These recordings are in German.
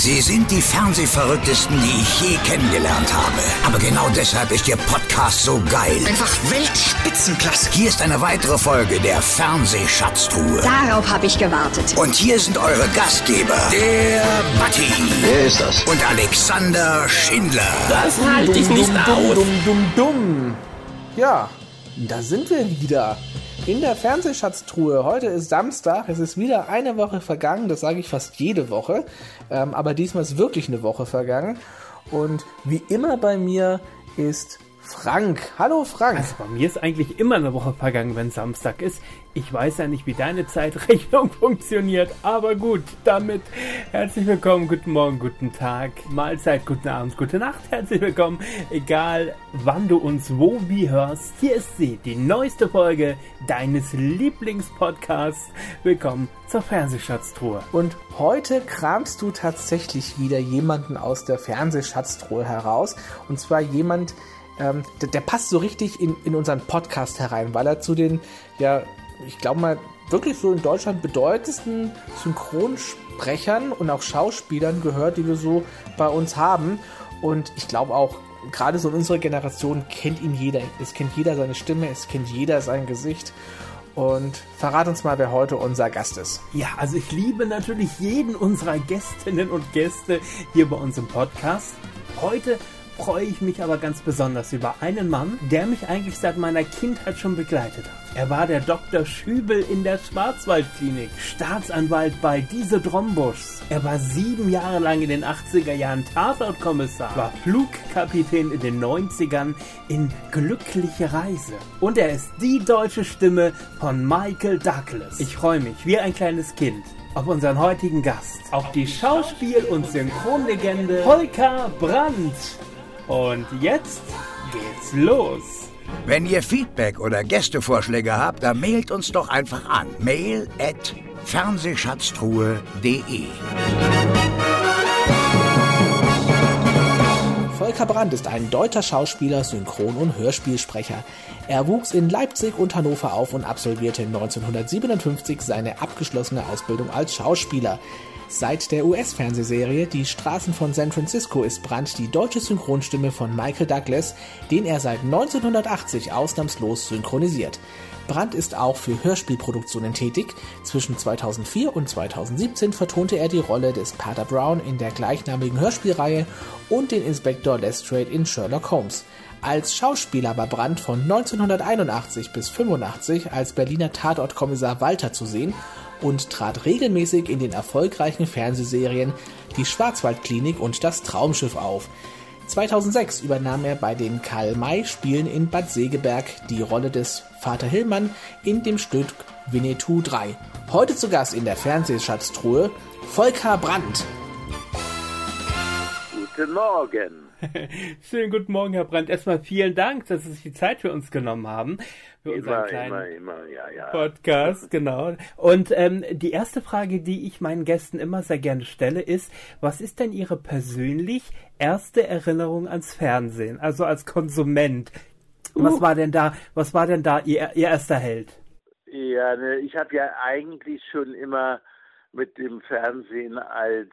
Sie sind die Fernsehverrücktesten, die ich je kennengelernt habe. Aber genau deshalb ist Ihr Podcast so geil. Einfach Weltspitzenklasse. Hier ist eine weitere Folge der Fernsehschatztruhe. Darauf habe ich gewartet. Und hier sind eure Gastgeber, der Batti. Wer ist das? Und Alexander Schindler. Das halte ich nicht aus. Ja, da sind wir wieder. In der Fernsehschatztruhe. Heute ist Samstag, es ist wieder eine Woche vergangen, das sage ich fast jede Woche, aber diesmal ist wirklich eine Woche vergangen und wie immer bei mir ist Frank. Hallo Frank. Also bei mir ist eigentlich immer eine Woche vergangen, wenn Samstag ist. Ich weiß ja nicht, wie deine Zeitrechnung funktioniert, aber gut, damit herzlich willkommen, guten Morgen, guten Tag, Mahlzeit, guten Abend, gute Nacht, herzlich willkommen, egal wann du uns wo wie hörst. Hier ist sie, die neueste Folge deines Lieblingspodcasts. Willkommen zur Fernsehschatztruhe. Und heute kramst du tatsächlich wieder jemanden aus der Fernsehschatztruhe heraus, und zwar jemand, der passt so richtig in unseren Podcast herein, weil er zu den, ja, ich glaube mal, wirklich so in Deutschland bedeutendsten Synchronsprechern und auch Schauspielern gehört, die wir so bei uns haben. Und ich glaube auch, gerade so in unserer Generation kennt ihn jeder. Es kennt jeder seine Stimme, es kennt jeder sein Gesicht. Und verrat uns mal, wer heute unser Gast ist. Ja, also ich liebe natürlich jeden unserer Gästinnen und Gäste hier bei uns im Podcast. Heute freue ich mich aber ganz besonders über einen Mann, der mich eigentlich seit meiner Kindheit schon begleitet hat. Er war der Dr. Schübel in der Schwarzwaldklinik, Staatsanwalt bei Diese Drombuschs. Er war 7 Jahre lang in den 80er Jahren Tatortkommissar, war Flugkapitän in den 90ern in Glückliche Reise. Und er ist die deutsche Stimme von Michael Douglas. Ich freue mich wie ein kleines Kind auf unseren heutigen Gast, auf die Schauspiel- und Synchronlegende Volker Brandt. Und jetzt geht's los. Wenn ihr Feedback oder Gästevorschläge habt, dann mailt uns doch einfach an. mail@fernsehschatztruhe.de. Volker Brandt ist ein deutscher Schauspieler, Synchron- und Hörspielsprecher. Er wuchs in Leipzig und Hannover auf und absolvierte 1957 seine abgeschlossene Ausbildung als Schauspieler. Seit der US-Fernsehserie Die Straßen von San Francisco ist Brandt die deutsche Synchronstimme von Michael Douglas, den er seit 1980 ausnahmslos synchronisiert. Brandt ist auch für Hörspielproduktionen tätig. Zwischen 2004 und 2017 vertonte er die Rolle des Pater Brown in der gleichnamigen Hörspielreihe und den Inspektor Lestrade in Sherlock Holmes. Als Schauspieler war Brandt von 1981 bis 85 als Berliner Tatortkommissar Walter zu sehen und trat regelmäßig in den erfolgreichen Fernsehserien Die Schwarzwaldklinik und Das Traumschiff auf. 2006 übernahm er bei den Karl-May-Spielen in Bad Segeberg die Rolle des Vater Hillmann in dem Stück Winnetou 3. Heute zu Gast in der Fernsehschatztruhe Volker Brandt. Guten Morgen. Schönen guten Morgen, Herr Brandt. Erstmal vielen Dank, dass Sie sich die Zeit für uns genommen haben. Für unseren kleinen ja. Podcast, genau. Und die erste Frage, die ich meinen Gästen immer sehr gerne stelle, ist, was ist denn Ihre persönlich erste Erinnerung ans Fernsehen, also als Konsument? Was war denn da Ihr erster Held? Ja, ich habe ja eigentlich schon immer mit dem Fernsehen als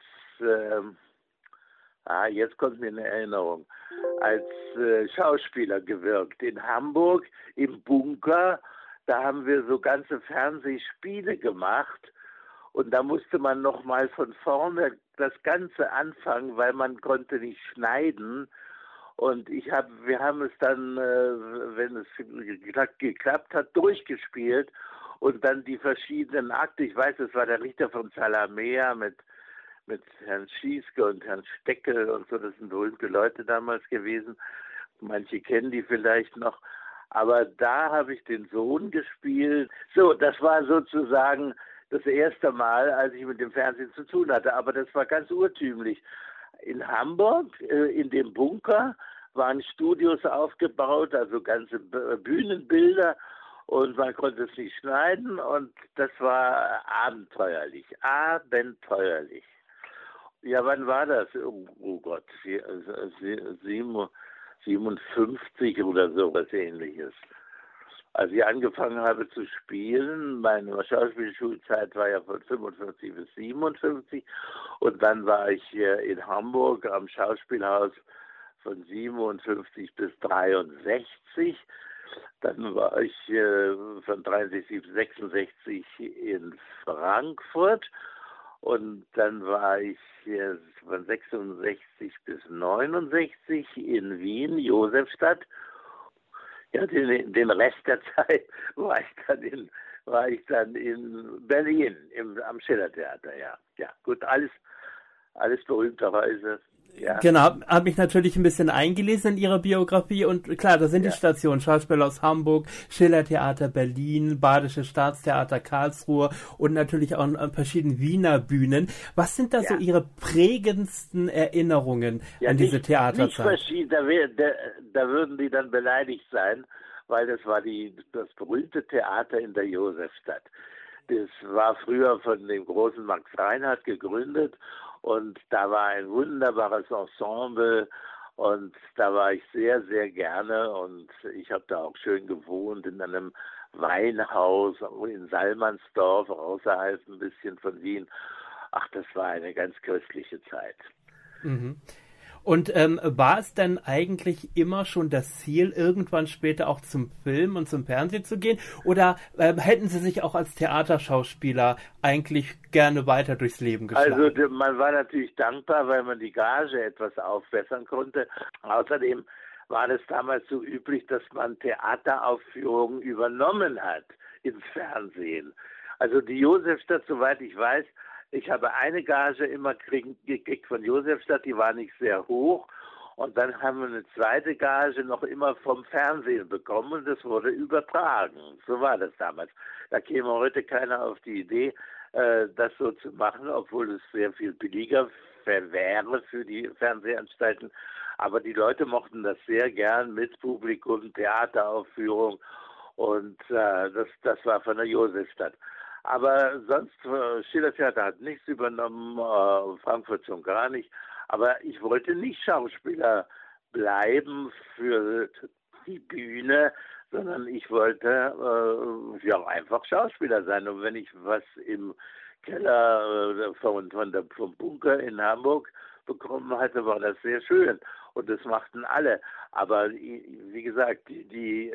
jetzt kommt mir eine Erinnerung, als Schauspieler gewirkt. In Hamburg im Bunker, da haben wir so ganze Fernsehspiele gemacht und da musste man nochmal von vorne das Ganze anfangen, weil man konnte nicht schneiden. Und wir haben es dann, wenn es geklappt hat, durchgespielt und dann die verschiedenen Akte. Ich weiß, es war der Richter von Zalamea mit Herrn Schieske und Herrn Steckel und so, das sind berühmte Leute damals gewesen. Manche kennen die vielleicht noch. Aber da habe ich den Sohn gespielt. So, das war sozusagen das erste Mal, als ich mit dem Fernsehen zu tun hatte. Aber das war ganz urtümlich. In Hamburg, in dem Bunker, waren Studios aufgebaut, also ganze Bühnenbilder. Und man konnte es nicht schneiden. Und das war abenteuerlich. Ja, wann war das? Oh Gott, 57 oder sowas Ähnliches. Als ich angefangen habe zu spielen, meine Schauspielschulzeit war ja von 55 bis 57 und dann war ich hier in Hamburg am Schauspielhaus von 57 bis 63. Dann war ich von 63 bis 66 in Frankfurt und dann war ich von 66 bis 69 in Wien, Josefstadt. Ja, den Rest der Zeit war ich dann in Berlin am Schillertheater, ja. Ja, gut, alles berühmterweise. Ja. Genau, habe mich natürlich ein bisschen eingelesen in Ihrer Biografie und klar, da sind die Stationen, Schauspieler aus Hamburg, Schillertheater Berlin, Badisches Staatstheater Karlsruhe und natürlich auch an verschiedenen Wiener Bühnen. Was sind da so Ihre prägendsten Erinnerungen an diese Theaterzeit? Da würden die dann beleidigt sein, weil das war das berühmte Theater in der Josefstadt. Das war früher von dem großen Max Reinhardt gegründet. Und da war ein wunderbares Ensemble und da war ich sehr, sehr gerne und ich habe da auch schön gewohnt in einem Weinhaus in Salmansdorf, außerhalb ein bisschen von Wien. Ach, das war eine ganz köstliche Zeit. Mhm. Und war es denn eigentlich immer schon das Ziel, irgendwann später auch zum Film und zum Fernsehen zu gehen? Oder hätten Sie sich auch als Theaterschauspieler eigentlich gerne weiter durchs Leben geschlagen? Also man war natürlich dankbar, weil man die Gage etwas aufbessern konnte. Außerdem war es damals so üblich, dass man Theateraufführungen übernommen hat ins Fernsehen. Also die Josefstadt, soweit ich weiß, ich habe eine Gage immer gekriegt von Josefstadt, die war nicht sehr hoch. Und dann haben wir eine zweite Gage noch immer vom Fernsehen bekommen und das wurde übertragen. So war das damals. Da käme heute keiner auf die Idee, das so zu machen, obwohl es sehr viel billiger wäre für die Fernsehanstalten. Aber die Leute mochten das sehr gern mit Publikum, Theateraufführung und das war von der Josefstadt. Aber sonst, Schillertheater hat nichts übernommen, Frankfurt schon gar nicht. Aber ich wollte nicht Schauspieler bleiben für die Bühne, sondern ich wollte einfach Schauspieler sein. Und wenn ich was im Keller vom Bunker in Hamburg bekommen hatte, war das sehr schön. Und das machten alle. Aber wie gesagt, die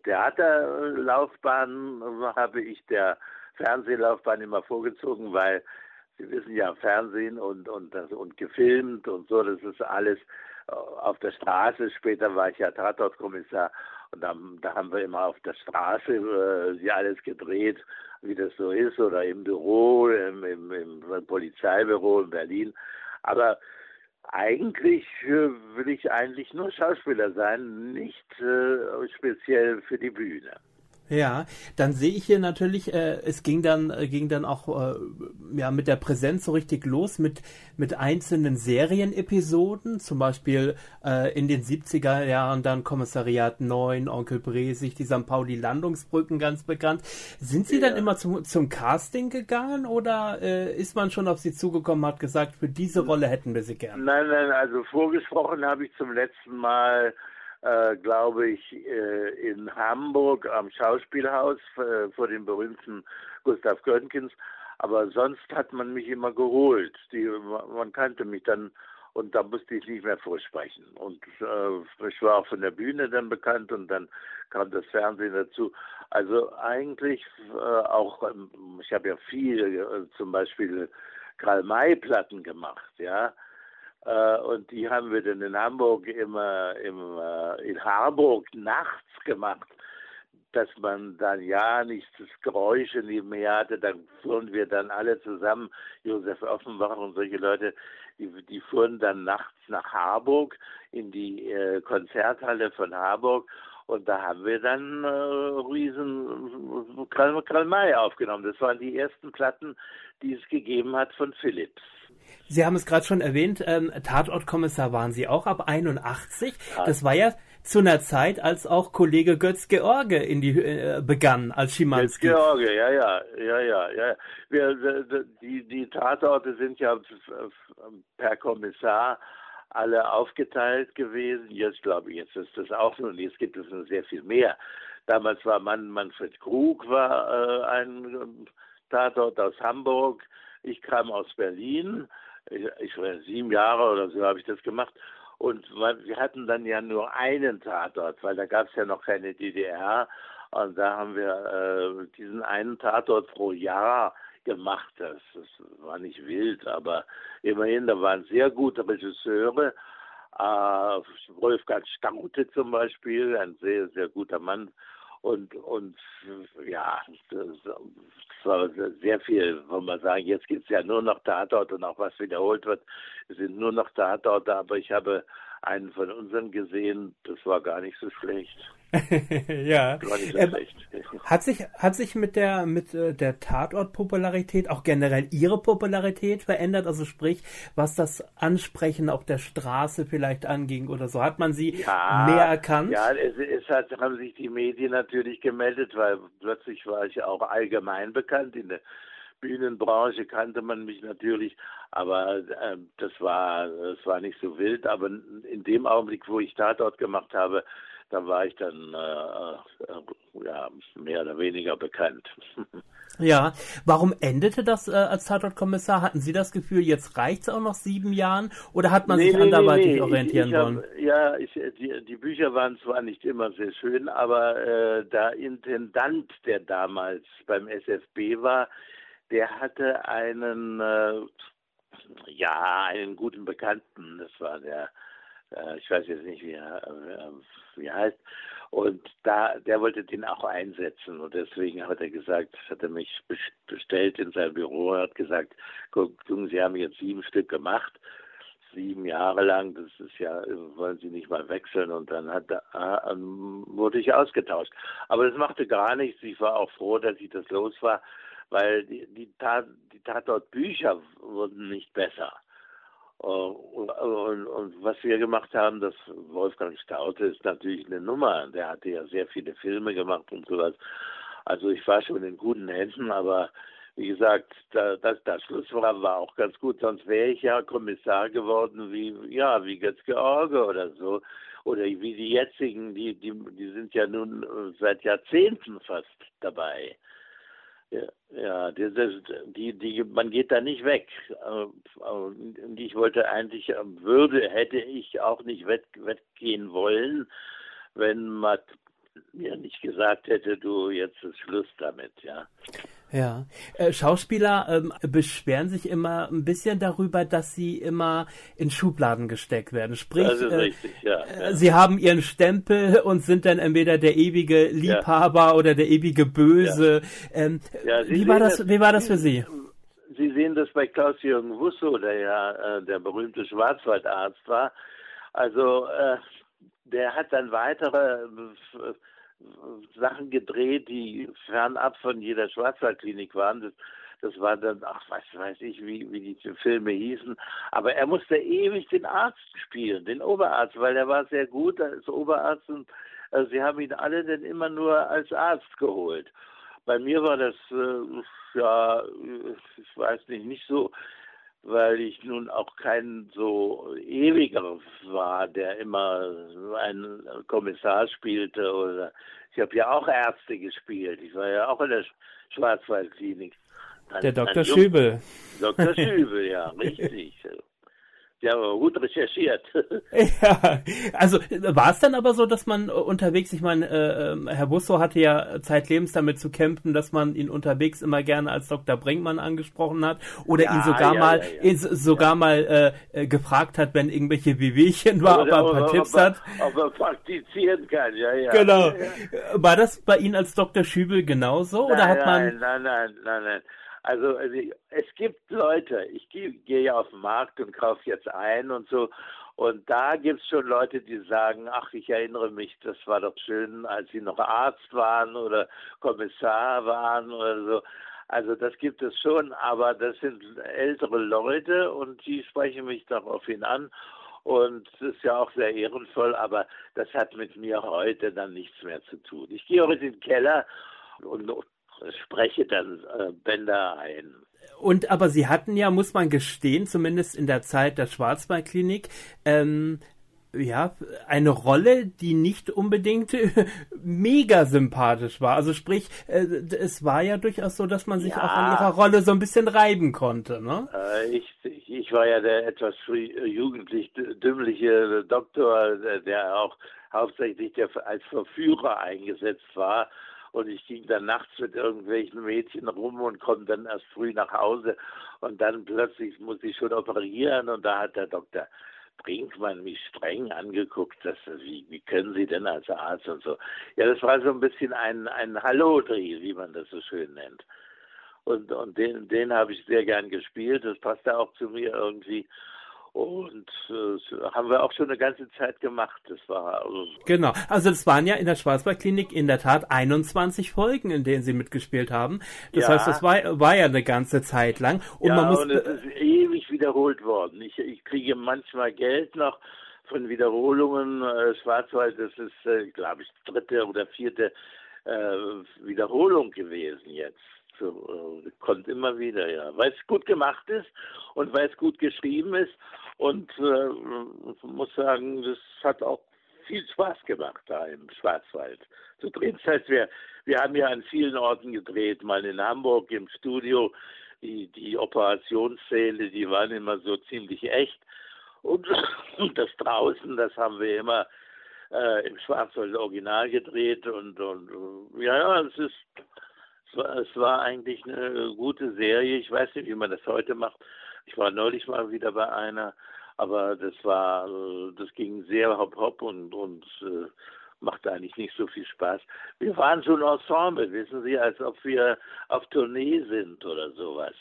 Theaterlaufbahn habe ich der Fernsehlaufbahn immer vorgezogen, weil Sie wissen ja, Fernsehen und gefilmt und so, das ist alles auf der Straße. Später war ich ja Tatortkommissar und da haben wir immer auf der Straße alles gedreht, wie das so ist, oder im Büro, im Polizeibüro in Berlin. Aber eigentlich will ich eigentlich nur Schauspieler sein, nicht speziell für die Bühne. Ja, dann sehe ich hier natürlich, es ging dann auch mit der Präsenz so richtig los mit einzelnen Serienepisoden, zum Beispiel in den 70er Jahren dann Kommissariat 9, Onkel Bresig, die St. Pauli-Landungsbrücken ganz bekannt. Sind Sie dann immer zum Casting gegangen oder ist man schon auf Sie zugekommen, hat gesagt, für diese Rolle hätten wir Sie gern? Nein, also vorgesprochen habe ich zum letzten Mal glaube ich, in Hamburg am Schauspielhaus vor dem berühmten Gustav Grönkens. Aber sonst hat man mich immer geholt. Man kannte mich dann und da musste ich nicht mehr vorsprechen. Und ich war auch von der Bühne dann bekannt und dann kam das Fernsehen dazu. Also eigentlich auch, ich habe ja viel, zum Beispiel Karl-May-Platten gemacht, ja. Und die haben wir dann in Hamburg immer in Harburg nachts gemacht, dass man dann ja nicht das Geräusche nebenher hatte. Dann fuhren wir dann alle zusammen, Josef Offenbach und solche Leute, die fuhren dann nachts nach Harburg in die Konzerthalle von Harburg. Und da haben wir dann riesen Karl May aufgenommen. Das waren die ersten Platten, die es gegeben hat von Philips. Sie haben es gerade schon erwähnt, Tatortkommissar waren Sie auch ab 81. Das war ja zu einer Zeit, als auch Kollege Götz-George begann als Schimanski. Götz-George, ja. Die Tatorte sind ja per Kommissar alle aufgeteilt gewesen. Jetzt glaube ich, jetzt ist das auch so und jetzt gibt es noch sehr viel mehr. Damals war Manfred Krug war ein Tatort aus Hamburg. Ich kam aus Berlin. Ich war 7 Jahre oder so habe ich das gemacht. Und wir hatten dann ja nur einen Tatort, weil da gab es ja noch keine DDR. Und da haben wir diesen einen Tatort pro Jahr gemacht. Das war nicht wild, aber immerhin, da waren sehr gute Regisseure. Wolfgang Staudte zum Beispiel, ein sehr, sehr guter Mann. Und ja, das war sehr viel, wollen wir sagen, jetzt gibt es ja nur noch Tatorte und auch was wiederholt wird, es sind nur noch Tatorte, aber ich habe einen von unseren gesehen, das war gar nicht so schlecht. Ja. Gar nicht so schlecht. Hat sich mit der Tatort-Popularität auch generell Ihre Popularität verändert? Also sprich, was das Ansprechen auf der Straße vielleicht anging oder so. Hat man Sie mehr erkannt? Ja, haben sich die Medien natürlich gemeldet, weil plötzlich war ich auch allgemein bekannt. In der Bühnenbranche kannte man mich natürlich, aber das war nicht so wild. Aber in dem Augenblick, wo ich Tatort gemacht habe, da war ich dann mehr oder weniger bekannt. Ja, warum endete das als Tatortkommissar? Hatten Sie das Gefühl, jetzt reicht es auch noch 7 Jahren oder hat man sich anderweitig orientieren wollen? Die Bücher waren zwar nicht immer sehr schön, aber der Intendant, der damals beim SFB war, der hatte einen guten Bekannten, das war der, ich weiß jetzt nicht, wie er heißt, und der wollte den auch einsetzen und deswegen hat er mich bestellt in sein Büro, hat gesagt, gucken, Sie haben jetzt 7 Stück gemacht, 7 Jahre lang, das ist ja, wollen Sie nicht mal wechseln, und dann wurde ich ausgetauscht. Aber das machte gar nichts, ich war auch froh, dass ich das los war, weil die Tatort-Bücher wurden nicht besser. Und was wir gemacht haben, das Wolfgang Staudte ist natürlich eine Nummer. Der hatte ja sehr viele Filme gemacht und sowas. Also ich war schon in guten Händen, aber wie gesagt, das Schluss war auch ganz gut. Sonst wäre ich ja Kommissar geworden wie Götz-George oder so. Oder wie die jetzigen, die sind ja nun seit Jahrzehnten fast dabei. Ja, man geht da nicht weg. Und ich wollte eigentlich, hätte ich auch nicht weggehen wollen, wenn man mir nicht gesagt hätte, du, jetzt ist Schluss damit, ja. Ja, Schauspieler beschweren sich immer ein bisschen darüber, dass sie immer in Schubladen gesteckt werden. Sprich, das ist richtig, ja. Sie haben ihren Stempel und sind dann entweder der ewige Liebhaber oder der ewige Böse. Ja. Wie war das für Sie? Sie sehen das bei Klaus-Jürgen Wusso, der ja der berühmte Schwarzwaldarzt war. Also der hat dann weitere Sachen gedreht, die fernab von jeder Schwarzwaldklinik waren. Das war dann, weiß ich, wie die Filme hießen. Aber er musste ewig den Arzt spielen, den Oberarzt, weil er war sehr gut als Oberarzt. Und sie haben ihn alle dann immer nur als Arzt geholt. Bei mir war das, ich weiß nicht so, weil ich nun auch kein so ewiger war, der immer einen Kommissar spielte. Oder ich habe ja auch Ärzte gespielt. Ich war ja auch in der Schwarzwaldklinik. Der Dr. Schübel. Dr. Schübel, ja, richtig. Sie haben aber gut recherchiert. Ja, also war es dann aber so, dass man unterwegs, ich meine, Herr Wusso hatte ja zeitlebens damit zu kämpfen, dass man ihn unterwegs immer gerne als Dr. Brinkmann angesprochen hat oder ihn sogar mal gefragt hat, wenn irgendwelche Wehwehchen war, ob er ein paar Tipps hat. Ob er praktizieren kann, ja. Genau. Ja. War das bei Ihnen als Dr. Schübel genauso? Oder hat man... Nein. Also es gibt Leute, ich gehe ja auf den Markt und kaufe jetzt ein und so, und da gibt es schon Leute, die sagen, ach, ich erinnere mich, das war doch schön, als Sie noch Arzt waren oder Kommissar waren oder so. Also das gibt es schon, aber das sind ältere Leute und die sprechen mich daraufhin an. Und das ist ja auch sehr ehrenvoll, aber das hat mit mir heute dann nichts mehr zu tun. Ich gehe heute in den Keller und spreche dann Bänder ein. Aber Sie hatten ja, muss man gestehen, zumindest in der Zeit der Schwarzwaldklinik, eine Rolle, die nicht unbedingt mega sympathisch war. Also sprich, es war ja durchaus so, dass man sich auch an ihrer Rolle so ein bisschen reiben konnte, ne? Ich war ja der etwas jugendlich dümmliche Doktor, der auch hauptsächlich als Verführer eingesetzt war. Und ich ging dann nachts mit irgendwelchen Mädchen rum und komme dann erst früh nach Hause. Und dann plötzlich muss ich schon operieren. Und da hat der Dr. Brinkmann mich streng angeguckt. Wie können Sie denn als Arzt und so. Ja, das war so ein bisschen ein Hallodri, wie man das so schön nennt. Und den habe ich sehr gern gespielt. Das passte auch zu mir irgendwie. Und haben wir auch schon eine ganze Zeit gemacht. Das war genau. Also das waren ja in der Schwarzwaldklinik in der Tat 21 Folgen, in denen Sie mitgespielt haben. Das heißt, das war ja eine ganze Zeit lang. Und und es ist ewig wiederholt worden. Ich kriege manchmal Geld noch von Wiederholungen. Schwarzwald, das ist, glaube ich, 3. oder 4. Wiederholung gewesen jetzt. Kommt immer wieder, ja. Weil es gut gemacht ist und weil es gut geschrieben ist. Und ich muss sagen, das hat auch viel Spaß gemacht da im Schwarzwald zu drehen. Das heißt, wir haben ja an vielen Orten gedreht, mal in Hamburg im Studio. Die Operationssäle, die waren immer so ziemlich echt. Und das draußen, das haben wir immer im Schwarzwald original gedreht. Und es war eigentlich eine gute Serie. Ich weiß nicht, wie man das heute macht. Ich war neulich mal wieder bei einer, aber das ging sehr hopp und machte eigentlich nicht so viel Spaß. Wir waren so ein Ensemble, wissen Sie, als ob wir auf Tournee sind oder sowas.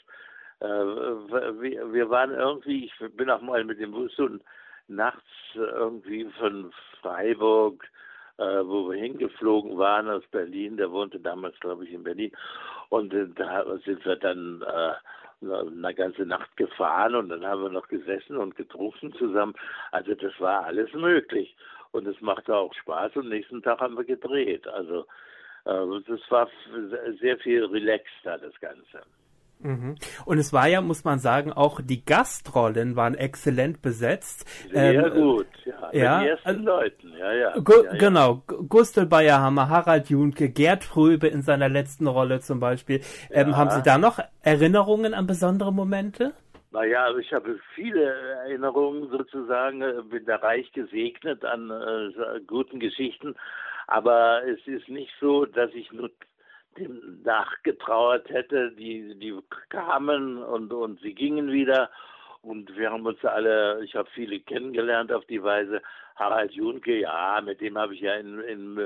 Wir waren irgendwie, ich bin auch mal mit dem Bus nachts irgendwie von Freiburg, wo wir hingeflogen waren aus Berlin, der wohnte damals, glaube ich, in Berlin. Und da sind wir dann eine ganze Nacht gefahren und dann haben wir noch gesessen und getrunken zusammen. Also das war alles möglich. Und es machte auch Spaß und nächsten Tag haben wir gedreht. Also das war sehr viel relaxter, das Ganze. Und es war ja, muss man sagen, auch die Gastrollen waren exzellent besetzt. Sehr gut, mit den ersten Leuten, Genau, Gustl Bayerhammer, Harald Juhnke, Gerd Fröbe in seiner letzten Rolle zum Beispiel. Haben Sie da noch Erinnerungen an besondere Momente? Naja, also ich habe viele Erinnerungen sozusagen, bin da reich gesegnet an guten Geschichten, aber es ist nicht so, dass ich nur dem nachgetrauert hätte, die kamen und sie gingen wieder und wir haben uns alle, ich habe viele kennengelernt auf die Weise. Harald Juhnke, mit dem habe ich ja in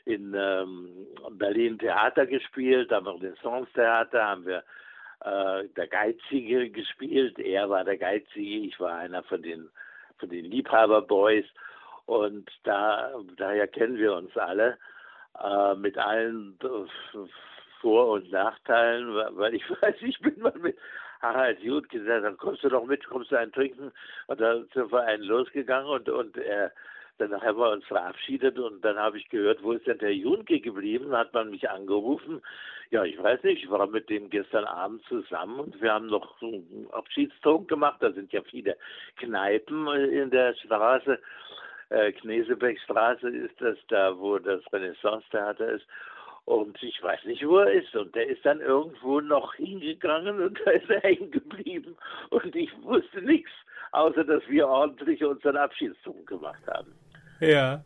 Berlin Theater gespielt, am Renaissance-Theater haben wir der Geizige gespielt, er war der Geizige, ich war einer von den Liebhaberboys und daher kennen wir uns alle. Mit allen Vor- und Nachteilen, weil ich weiß, ich bin mal mit Harald Juhnke gesagt, dann kommst du doch mit, kommst du einen trinken und dann sind wir einen losgegangen und dann haben wir uns verabschiedet und dann habe ich gehört, wo ist denn der Juhnke geblieben? Hat man mich angerufen. Ja, ich weiß nicht, ich war mit dem gestern Abend zusammen und wir haben noch so einen Abschiedstrunk gemacht. Da sind ja viele Kneipen in der Straße. Knesebeckstraße ist das da, wo das Renaissance-Theater ist. Und ich weiß nicht, wo er ist. Und der ist dann irgendwo noch hingegangen und da ist er hängen geblieben. Und ich wusste nichts, außer dass wir ordentlich unseren Abschiedszug gemacht haben. Ja.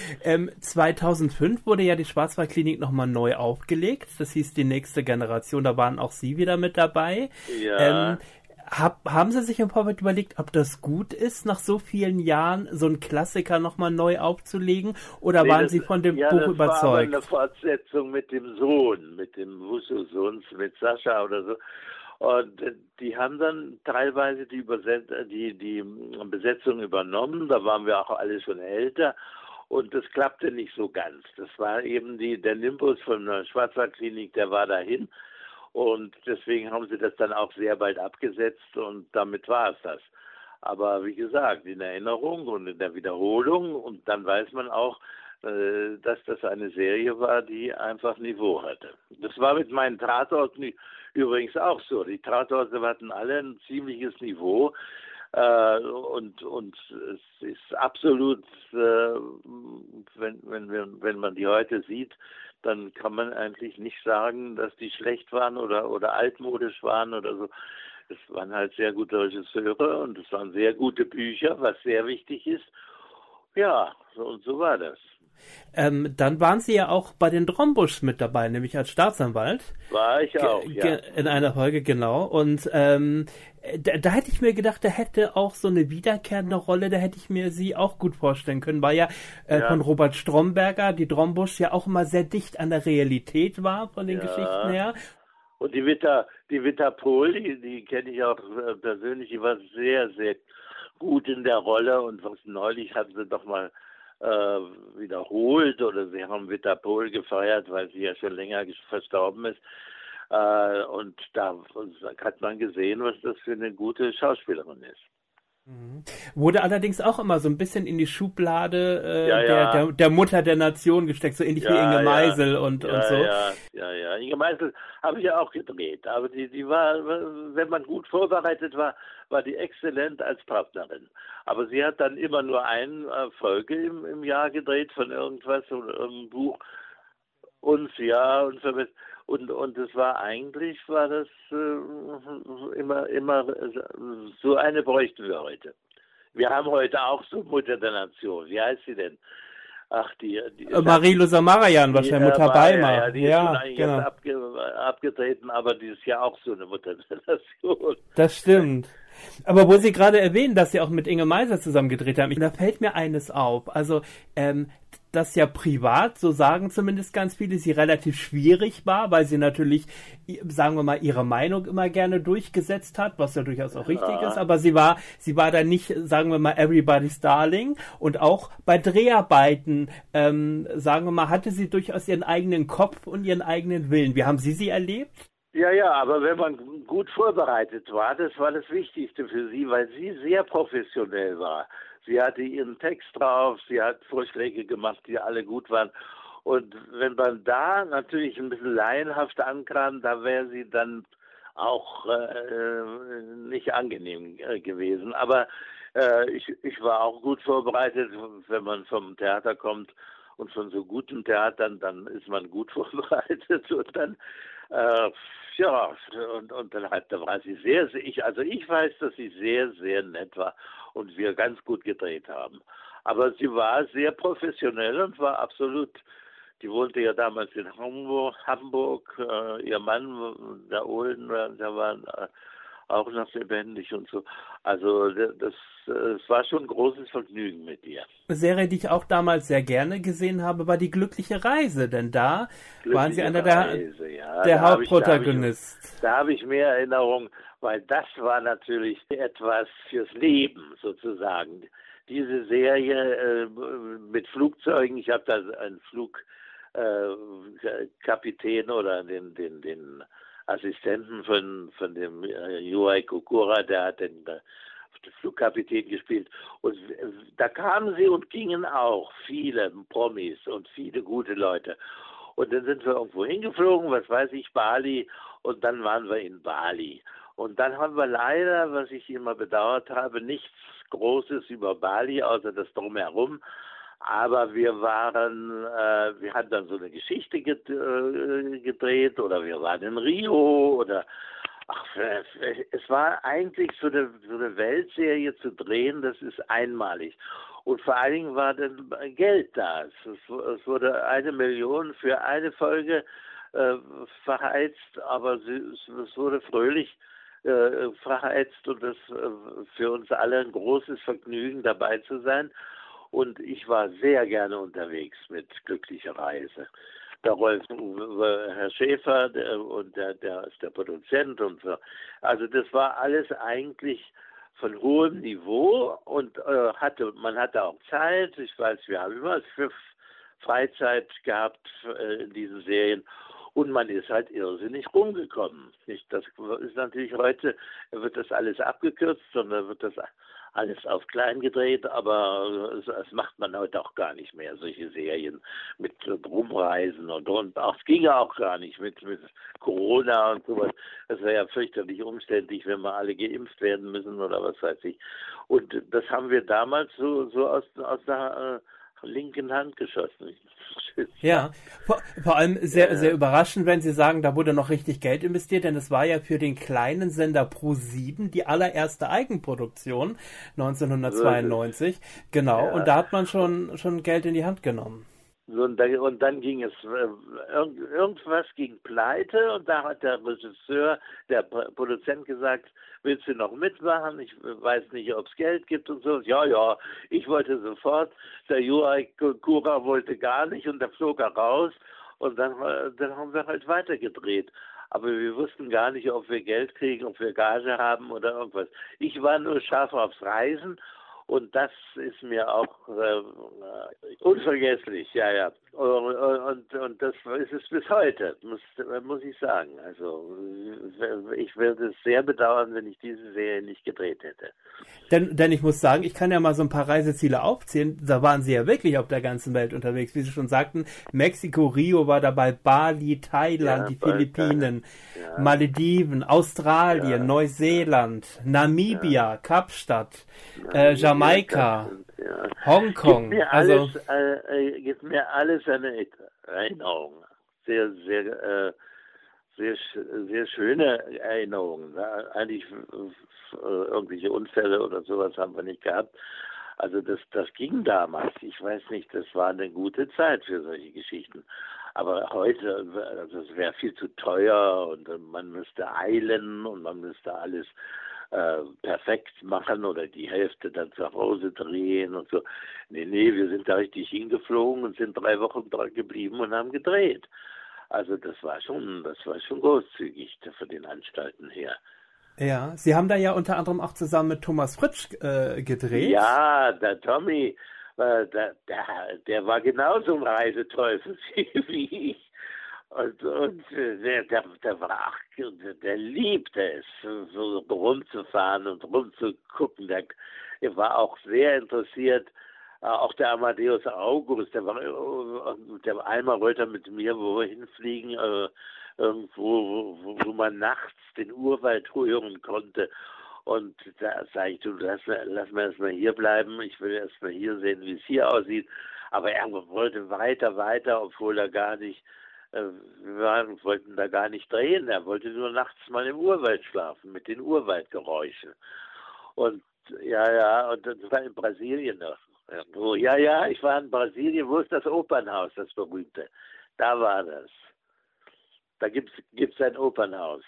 2005 wurde ja die Schwarzwaldklinik nochmal neu aufgelegt. Das hieß die nächste Generation. Da waren auch Sie wieder mit dabei. Ja. Haben Sie sich im Vorfeld überlegt, ob das gut ist, nach so vielen Jahren so einen Klassiker nochmal neu aufzulegen? Oder waren Sie von dem Buch überzeugt? Das war aber eine Fortsetzung mit dem Sohn, mit dem Wusso-Sohn, mit Sascha oder so. Und die haben dann teilweise die Besetzung übernommen. Da waren wir auch alle schon älter. Und das klappte nicht so ganz. Das war eben der Nimbus von der Schwarzwaldklinik, der war dahin. Und deswegen haben sie das dann auch sehr bald abgesetzt und damit war es das. Aber wie gesagt, in Erinnerung und in der Wiederholung und dann weiß man auch, dass das eine Serie war, die einfach Niveau hatte. Das war mit meinen Tatorten übrigens auch so. Die Tatorte hatten alle ein ziemliches Niveau. Und es ist absolut, wenn man die heute sieht, dann kann man eigentlich nicht sagen, dass die schlecht waren oder altmodisch waren oder so. Es waren halt sehr gute Regisseure und es waren sehr gute Bücher, was sehr wichtig ist. Ja, so war das. Dann waren Sie ja auch bei den Drombuschs mit dabei, nämlich als Staatsanwalt. War ich auch, ja. In einer Folge, genau. Und da hätte ich mir gedacht, da hätte auch so eine wiederkehrende Rolle, da hätte ich mir Sie auch gut vorstellen können, weil ja, von Robert Stromberger die Drombuschs ja auch immer sehr dicht an der Realität war, von den Geschichten her. Und die Witta Pohl, die kenne ich auch persönlich, die war sehr, sehr gut in der Rolle und neulich hatten sie doch mal wiederholt oder sie haben Witta Pohl gefeiert, weil sie ja schon länger verstorben ist. Und da hat man gesehen, was das für eine gute Schauspielerin ist. Wurde allerdings auch immer so ein bisschen in die Schublade der Mutter der Nation gesteckt, so ähnlich wie Inge Meisel und so. Ja. Inge Meisel habe ich ja auch gedreht, aber die war, wenn man gut vorbereitet war, war die exzellent als Partnerin. Aber sie hat dann immer nur eine Folge im Jahr gedreht von irgendwas oder irgendeinem Buch. Und es war eigentlich, das immer so eine bräuchten wir heute. Wir haben heute auch so Mutter der Nation. Wie heißt sie denn? Ach, die Marie-Luisa Marajan, wahrscheinlich Mutter Beimer. Ja, die ist schon eigentlich jetzt abgetreten, aber die ist ja auch so eine Mutter der Nation. Das stimmt. Aber wo Sie gerade erwähnen, dass Sie auch mit Inge Meisel zusammen gedreht haben, da fällt mir eines auf. Also, dass ja privat, so sagen zumindest ganz viele, sie relativ schwierig war, weil sie natürlich, sagen wir mal, ihre Meinung immer gerne durchgesetzt hat, was ja durchaus auch richtig ist, aber sie war dann nicht, sagen wir mal, everybody's darling, und auch bei Dreharbeiten, sagen wir mal, hatte sie durchaus ihren eigenen Kopf und ihren eigenen Willen. Wie haben Sie erlebt? Ja, aber wenn man gut vorbereitet war, das war das Wichtigste für sie, weil sie sehr professionell war. Sie hatte ihren Text drauf, sie hat Vorschläge gemacht, die alle gut waren. Und wenn man da natürlich ein bisschen laienhaft ankam, da wäre sie dann auch nicht angenehm gewesen. Aber ich war auch gut vorbereitet, wenn man vom Theater kommt und von so guten Theatern, dann ist man gut vorbereitet. Und dann, da war sie ich weiß, dass sie sehr, sehr nett war und wir ganz gut gedreht haben. Aber sie war sehr professionell und war absolut, die wohnte ja damals in Hamburg, ihr Mann, der Olden, der war auch noch lebendig und so. Also es war schon ein großes Vergnügen mit ihr. Eine Serie, die ich auch damals sehr gerne gesehen habe, war Die glückliche Reise, denn da waren Sie einer der Hauptprotagonisten. Da habe ich mehr Erinnerung, weil das war natürlich etwas fürs Leben sozusagen. Diese Serie mit Flugzeugen, ich habe da einen Flugkapitän oder den Assistenten von dem Yohei Kokura, der hat den Flugkapitän gespielt. Und da kamen sie und gingen auch viele Promis und viele gute Leute. Und dann sind wir irgendwo hingeflogen, was weiß ich, Bali, und dann waren wir in Bali. Und dann haben wir leider, was ich immer bedauert habe, nichts Großes über Bali, außer das Drumherum. Aber wir hatten dann so eine Geschichte gedreht oder wir waren in Rio es war eigentlich so eine Weltserie zu drehen, das ist einmalig. Und vor allen Dingen war dann Geld da. Es wurde 1 Million für eine Folge verheizt, aber es wurde fröhlich verheizt und das für uns alle ein großes Vergnügen, dabei zu sein. Und ich war sehr gerne unterwegs mit Glückliche Reise. Der Herr Schäfer der ist der Produzent und so. Also das war alles eigentlich von hohem Niveau und man hatte auch Zeit. Ich weiß, wir haben immer für Freizeit gehabt in diesen Serien. Und man ist halt irrsinnig rumgekommen. Das ist natürlich heute, wird das alles abgekürzt, sondern wird das alles auf klein gedreht, aber das macht man heute auch gar nicht mehr, solche Serien mit Rumreisen und auch, es ging ja auch gar nicht mit Corona und sowas. Das wäre ja fürchterlich umständlich, wenn wir alle geimpft werden müssen oder was weiß ich. Und das haben wir damals so aus der linken Hand geschossen. Ja, vor allem sehr überraschend, wenn Sie sagen, da wurde noch richtig Geld investiert, denn es war ja für den kleinen Sender Pro7 die allererste Eigenproduktion 1992. Genau, ja. Und da hat man schon Geld in die Hand genommen. Und dann ging es, irgendwas ging pleite und da hat der Regisseur, der Produzent gesagt, willst du noch mitmachen? Ich weiß nicht, ob es Geld gibt und so. Ja, ich wollte sofort. Der Juraj Kura wollte gar nicht und da flog er raus und dann haben wir halt weitergedreht. Aber wir wussten gar nicht, ob wir Geld kriegen, ob wir Gage haben oder irgendwas. Ich war nur scharf aufs Reisen. Und das ist mir auch unvergesslich, ja. Und das ist es bis heute, muss ich sagen. Also ich würde es sehr bedauern, wenn ich diese Serie nicht gedreht hätte. Denn ich muss sagen, ich kann ja mal so ein paar Reiseziele aufzählen. Da waren Sie ja wirklich auf der ganzen Welt unterwegs. Wie Sie schon sagten, Mexiko, Rio war dabei, Bali, Thailand, die Philippinen, Malediven, Australien, Neuseeland, Namibia, Kapstadt, Jamaika, Hongkong. Gibt mir alles eine Erinnerung. Sehr schöne Erinnerungen. Eigentlich irgendwelche Unfälle oder sowas haben wir nicht gehabt. Also das ging damals. Ich weiß nicht, das war eine gute Zeit für solche Geschichten. Aber heute, also es wäre viel zu teuer und man müsste eilen und man müsste alles perfekt machen oder die Hälfte dann zu Hause drehen und so. Nee, wir sind da richtig hingeflogen und sind 3 Wochen dran geblieben und haben gedreht. Also das war schon großzügig von den Anstalten her. Ja, Sie haben da ja unter anderem auch zusammen mit Thomas Fritsch gedreht. Ja, der Tommy, der war genauso ein Reiseteufel wie ich. Und der liebte es, so rumzufahren und rumzugucken. Er war auch sehr interessiert. Auch der Amadeus August, der einmal wollte mit mir wohin fliegen, irgendwo, wo man nachts den Urwald hören konnte. Und da sage ich, du, lass mal erstmal hier bleiben. Ich will erstmal hier sehen, wie es hier aussieht. Aber er wollte weiter, obwohl er gar nicht, wir wollten da gar nicht drehen. Er wollte nur nachts mal im Urwald schlafen, mit den Urwaldgeräuschen. Und und das war in Brasilien noch. Ich war in Brasilien. Wo ist das Opernhaus, das berühmte? Da war das. Da gibt's ein Opernhaus.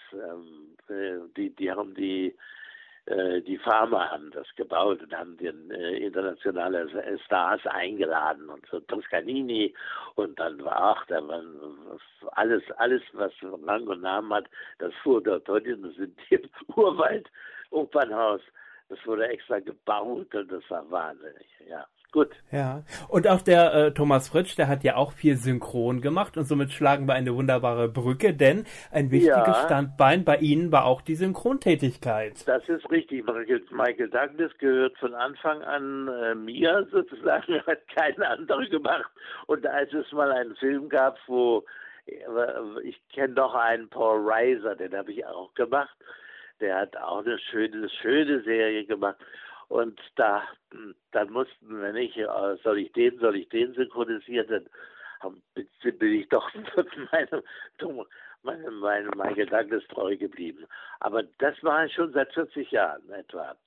Die Farmer haben das gebaut und haben den internationale Stars eingeladen und so Toscanini und dann war alles, was Rang und Namen hat, das fuhr dort hin. Das sind im Urwald Opernhaus. Das wurde extra gebaut und das war wahnsinnig, ja. Gut. Ja, und auch der Thomas Fritsch, der hat ja auch viel Synchron gemacht und somit schlagen wir eine wunderbare Brücke, denn ein wichtiges Standbein bei Ihnen war auch die Synchrontätigkeit. Das ist richtig. Michael Douglas gehört von Anfang an mir sozusagen, hat kein anderer gemacht. Und als es mal einen Film gab, ich kenne noch einen Paul Reiser, den habe ich auch gemacht, der hat auch eine schöne Serie gemacht. Und dann mussten wir nicht, soll ich den synchronisieren, dann bin ich doch meinem Michael Douglas treu geblieben. Aber das war schon seit 40 Jahren etwa.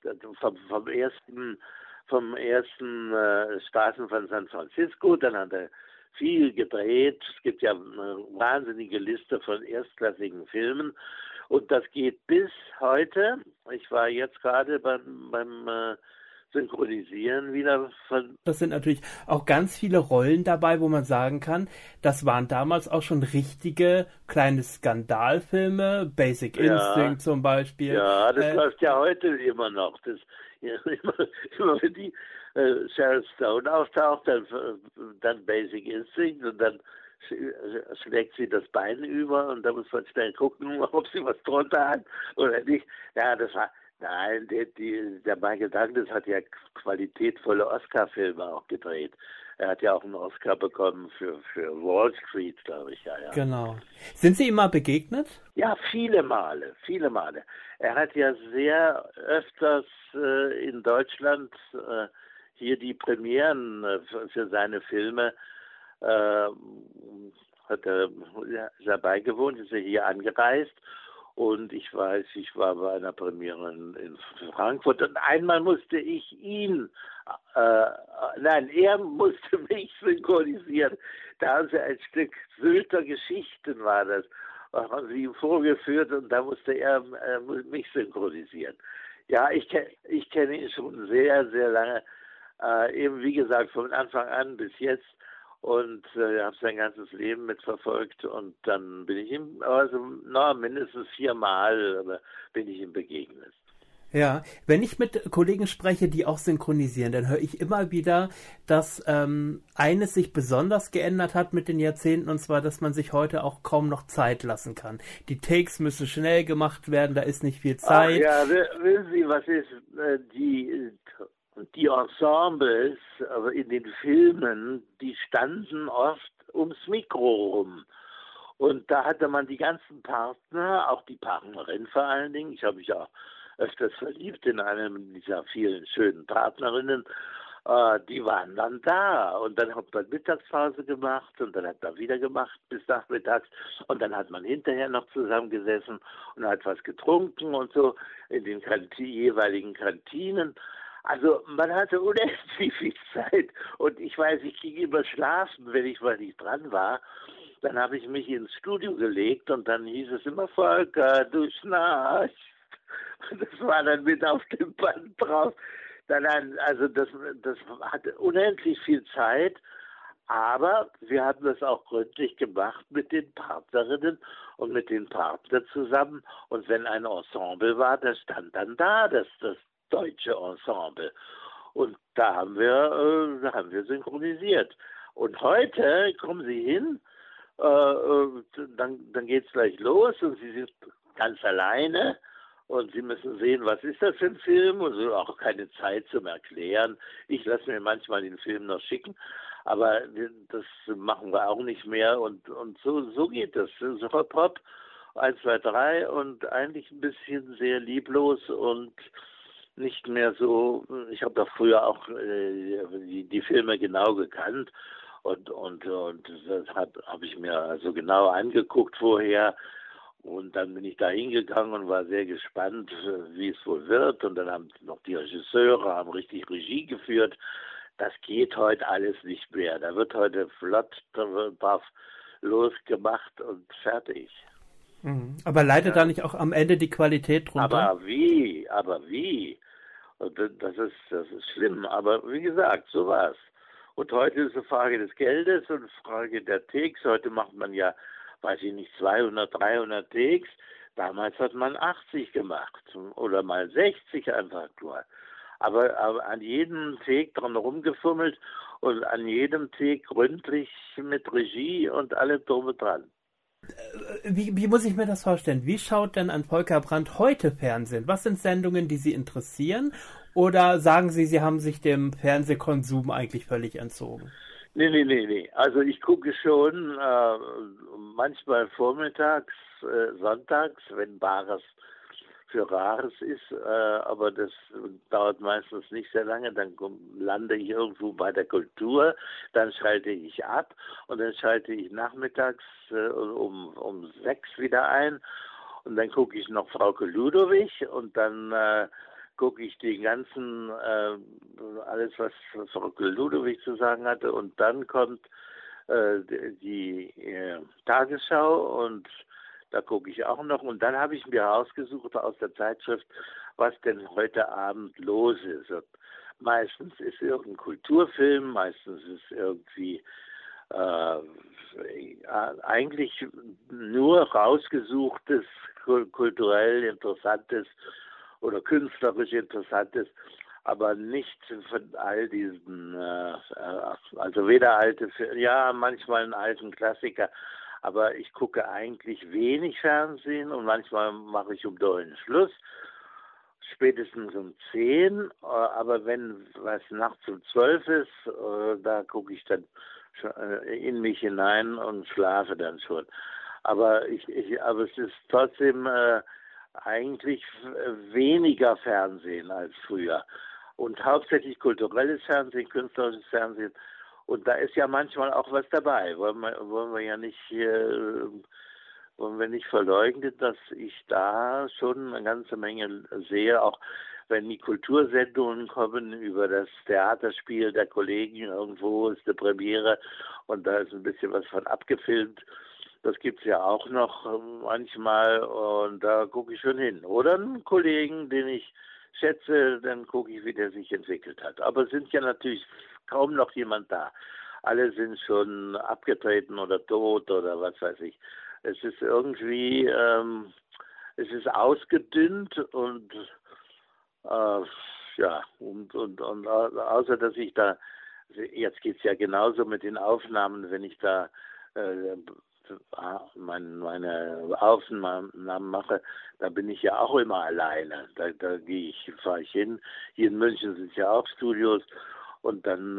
Vom ersten Straßen von San Francisco, dann hat er viel gedreht. Es gibt ja eine wahnsinnige Liste von erstklassigen Filmen. Und das geht bis heute. Ich war jetzt gerade beim Synchronisieren wieder von... Das sind natürlich auch ganz viele Rollen dabei, wo man sagen kann, das waren damals auch schon richtige kleine Skandalfilme, Basic Instinct zum Beispiel. Ja, das läuft ja heute immer noch. Immer wenn die Sharon Stone auftaucht, dann Basic Instinct und dann schlägt sie das Bein über und da muss man schnell gucken, ob sie was drunter hat oder nicht. Ja, das Nein, der Michael Douglas hat ja qualitätvolle Oscar-Filme auch gedreht. Er hat ja auch einen Oscar bekommen für Wall Street, glaube ich, ja. Genau. Sind Sie ihm mal begegnet? Ja, viele Male. Er hat ja sehr öfters in Deutschland hier die Premieren für seine Filme hat er dabei gewohnt, ist er hier angereist. Und ich weiß, ich war bei einer Premiere in Frankfurt und einmal musste ich er musste mich synchronisieren. Da haben sie ein Stück Sylter Geschichten, war das, haben sie ihm vorgeführt und da musste er mich synchronisieren. Ja, ich kenne ihn schon sehr, sehr lange, eben wie gesagt, von Anfang an bis jetzt. Und habe sein ganzes Leben mitverfolgt und dann bin ich ihm, mindestens 4 Mal bin ich ihm begegnet. Ja, wenn ich mit Kollegen spreche, die auch synchronisieren, dann höre ich immer wieder, dass eines sich besonders geändert hat mit den Jahrzehnten, und zwar, dass man sich heute auch kaum noch Zeit lassen kann. Die Takes müssen schnell gemacht werden, da ist nicht viel Zeit. Ach ja, wissen Sie, was ist die Ensembles in den Filmen, die standen oft ums Mikro rum. Und da hatte man die ganzen Partner, auch die Partnerin vor allen Dingen. Ich habe mich auch öfters verliebt in eine dieser vielen schönen Partnerinnen. Die waren dann da. Und dann hat man Mittagspause gemacht und dann hat man wieder gemacht bis nachmittags. Und dann hat man hinterher noch zusammengesessen und hat was getrunken und so in den jeweiligen Kantinen. Also man hatte unendlich viel Zeit und ich weiß, ich ging immer schlafen, wenn ich mal nicht dran war. Dann habe ich mich ins Studio gelegt und dann hieß es immer, Volker, du schnarchst. Und das war dann mit auf dem Band drauf. Also das hatte unendlich viel Zeit, aber wir hatten das auch gründlich gemacht mit den Partnerinnen und mit den Partnern zusammen. Und wenn ein Ensemble war, das stand dann da, das deutsche Ensemble. Und da haben wir synchronisiert. Und heute kommen Sie hin, dann geht es gleich los und Sie sind ganz alleine und Sie müssen sehen, was ist das für ein Film und so, auch keine Zeit zum Erklären. Ich lasse mir manchmal den Film noch schicken, aber das machen wir auch nicht mehr und so geht das. So Pop, 1, 2, 3 und eigentlich ein bisschen sehr lieblos und nicht mehr so, ich habe doch früher auch die Filme genau gekannt und das habe ich mir also genau angeguckt vorher und dann bin ich da hingegangen und war sehr gespannt, wie es wohl wird und dann haben noch die Regisseure richtig Regie geführt. Das geht heute alles nicht mehr. Da wird heute flott drauf losgemacht und fertig. Aber leidet da nicht auch am Ende die Qualität drunter? Aber wie? Und das ist schlimm. Aber wie gesagt, so war's. Und heute ist eine Frage des Geldes und eine Frage der Takes. Heute macht man ja, weiß ich nicht, 200, 300 Takes. Damals hat man 80 gemacht oder mal 60 einfach nur. Aber an jedem Take dran rumgefummelt und an jedem Take gründlich mit Regie und allem drum und dran. Wie muss ich mir das vorstellen? Wie schaut denn ein Volker Brandt heute Fernsehen? Was sind Sendungen, die Sie interessieren? Oder sagen Sie, Sie haben sich dem Fernsehkonsum eigentlich völlig entzogen? Nee. Also ich gucke schon manchmal vormittags, sonntags, wenn Bares für Rares ist, aber das dauert meistens nicht sehr lange, dann lande ich irgendwo bei der Kultur, dann schalte ich ab und dann schalte ich nachmittags um 6 wieder ein und dann gucke ich noch Frauke Ludowig und dann gucke ich den ganzen, alles was Frauke Ludowig zu sagen hatte und dann kommt die Tagesschau und da gucke ich auch noch. Und dann habe ich mir rausgesucht aus der Zeitschrift, was denn heute Abend los ist. Und meistens ist irgendein Kulturfilm, meistens ist irgendwie eigentlich nur rausgesuchtes, kulturell Interessantes oder künstlerisch Interessantes, aber nicht von all diesen, also weder alte, ja, manchmal einen alten Klassiker, aber ich gucke eigentlich wenig Fernsehen und manchmal mache ich um dollen Schluss, spätestens um 10, aber wenn was nachts um 12 ist, da gucke ich dann schon in mich hinein und schlafe dann schon. Aber aber es ist trotzdem eigentlich weniger Fernsehen als früher. Und hauptsächlich kulturelles Fernsehen, künstlerisches Fernsehen. Und da ist ja manchmal auch was dabei. Wollen wir ja nicht verleugnen, dass ich da schon eine ganze Menge sehe, auch wenn die Kultursendungen kommen über das Theaterspiel der Kollegen, irgendwo ist eine Premiere und da ist ein bisschen was von abgefilmt. Das gibt es ja auch noch manchmal und da gucke ich schon hin. Oder einen Kollegen, den ich schätze, dann gucke ich, wie der sich entwickelt hat. Aber es sind ja natürlich kaum noch jemand da. Alle sind schon abgetreten oder tot oder was weiß ich. Es ist irgendwie, es ist ausgedünnt und und außer dass ich da, jetzt geht es ja genauso mit den Aufnahmen, wenn ich da meine Aufnahmen mache, da bin ich ja auch immer alleine. Da fahre ich hin. Hier in München sind ja auch Studios und dann,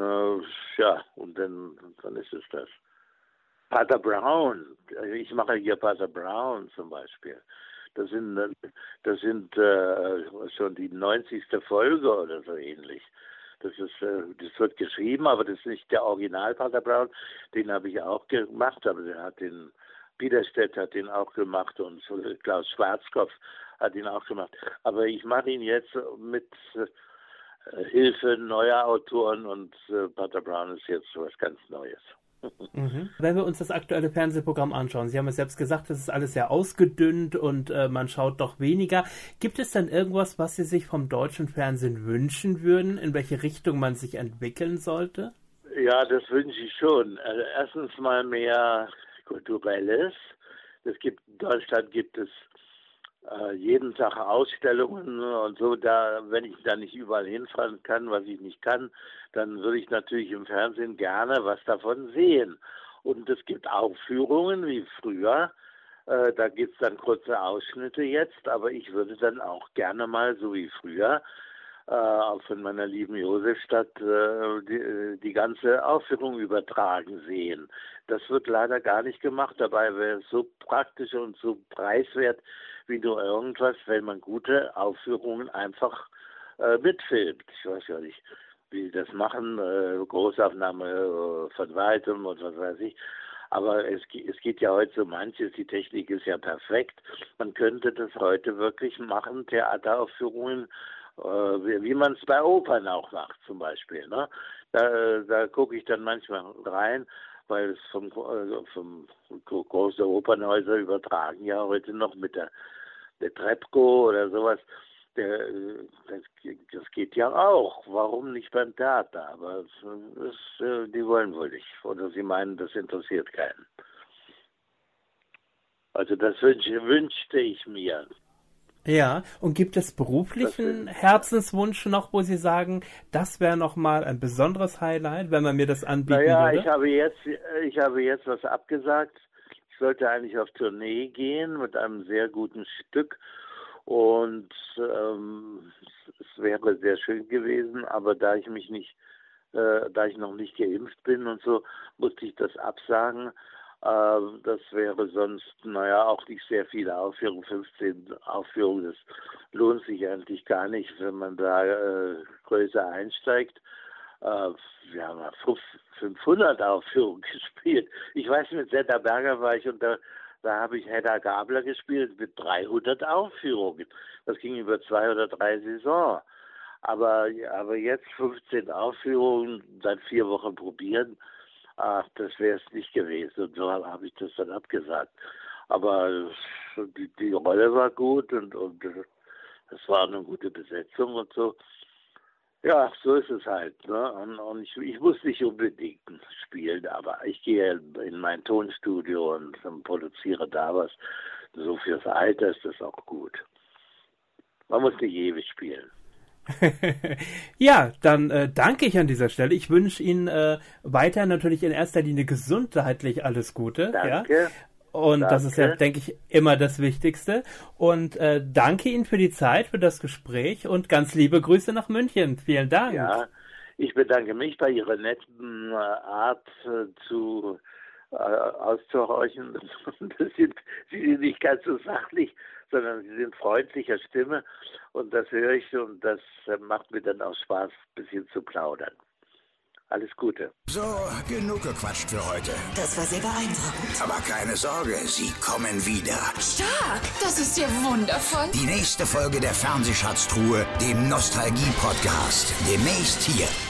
dann ist es das. Pater Brown, ich mache hier Pater Brown zum Beispiel. Das sind schon die 90. Folge oder so ähnlich. Das wird geschrieben, aber das ist nicht der Original Pater Brown. Den habe ich auch gemacht, aber Biederstedt hat den auch gemacht und Klaus Schwarzkopf hat ihn auch gemacht. Aber ich mache ihn jetzt mit Hilfe neuer Autoren und Pater Brown ist jetzt was ganz Neues. Mhm. Wenn wir uns das aktuelle Fernsehprogramm anschauen, Sie haben es selbst gesagt, das ist alles sehr ausgedünnt und man schaut doch weniger. Gibt es denn irgendwas, was Sie sich vom deutschen Fernsehen wünschen würden, in welche Richtung man sich entwickeln sollte? Ja, das wünsche ich schon. Also erstens mal mehr Kulturelles. In Deutschland gibt es jeden Tag Ausstellungen und so, wenn ich da nicht überall hinfahren kann, was ich nicht kann, dann würde ich natürlich im Fernsehen gerne was davon sehen. Und es gibt Aufführungen wie früher, da gibt es dann kurze Ausschnitte jetzt, aber ich würde dann auch gerne mal, so wie früher, auch von meiner lieben Josefstadt, die ganze Aufführung übertragen sehen. Das wird leider gar nicht gemacht, dabei wäre es so praktisch und so preiswert wie nur irgendwas, wenn man gute Aufführungen einfach mitfilmt. Ich weiß ja nicht, wie die das machen, Großaufnahme von weitem und was weiß ich. Aber es geht ja heute so manches, die Technik ist ja perfekt. Man könnte das heute wirklich machen, Theateraufführungen, wie man es bei Opern auch macht zum Beispiel. Ne? Da gucke ich dann manchmal rein, weil es vom große Opernhäuser übertragen ja heute noch mit der Trepko oder sowas. Das geht ja auch. Warum nicht beim Theater? Aber die wollen wohl nicht. Oder sie meinen, das interessiert keinen. Also das wünschte ich mir. Ja, und gibt es beruflichen Herzenswunsch noch, wo Sie sagen, das wäre nochmal ein besonderes Highlight, wenn man mir das anbieten würde? Ich habe jetzt was abgesagt. Ich sollte eigentlich auf Tournee gehen mit einem sehr guten Stück und es wäre sehr schön gewesen, aber da ich noch nicht geimpft bin und so, musste ich das absagen. Das wäre sonst, auch nicht sehr viele Aufführungen, 15 Aufführungen, das lohnt sich eigentlich gar nicht, wenn man da größer einsteigt. Wir haben 500 Aufführungen gespielt. Ich weiß, mit Zeta Berger war ich und da habe ich Hedda Gabler gespielt mit 300 Aufführungen. Das ging über 2 oder 3 Saisons. Aber jetzt 15 Aufführungen, seit 4 Wochen probieren, das wäre es nicht gewesen. Und so habe ich das dann abgesagt. Aber die Rolle war gut und es war eine gute Besetzung und so. Ja, so ist es halt. Ne? Und ich muss nicht unbedingt spielen, aber ich gehe in mein Tonstudio und produziere da was. So fürs Alter ist das auch gut. Man muss nicht ewig spielen. Ja, dann danke ich an dieser Stelle. Ich wünsche Ihnen weiter natürlich in erster Linie gesundheitlich alles Gute. Danke. Ja? Und Danke. das ist ja, denke ich, immer das Wichtigste. Und danke Ihnen für die Zeit, für das Gespräch und ganz liebe Grüße nach München. Vielen Dank. Ja, ich bedanke mich bei Ihrer netten Art auszuhorchen. Sie sind nicht ganz so sachlich, sondern Sie sind freundlicher Stimme und das höre ich und das macht mir dann auch Spaß, ein bisschen zu plaudern. Alles Gute. So, genug gequatscht für heute. Das war sehr beeindruckend. Aber keine Sorge, sie kommen wieder. Stark, das ist ja wundervoll. Die nächste Folge der Fernsehschatztruhe, dem Nostalgie-Podcast. Demnächst hier.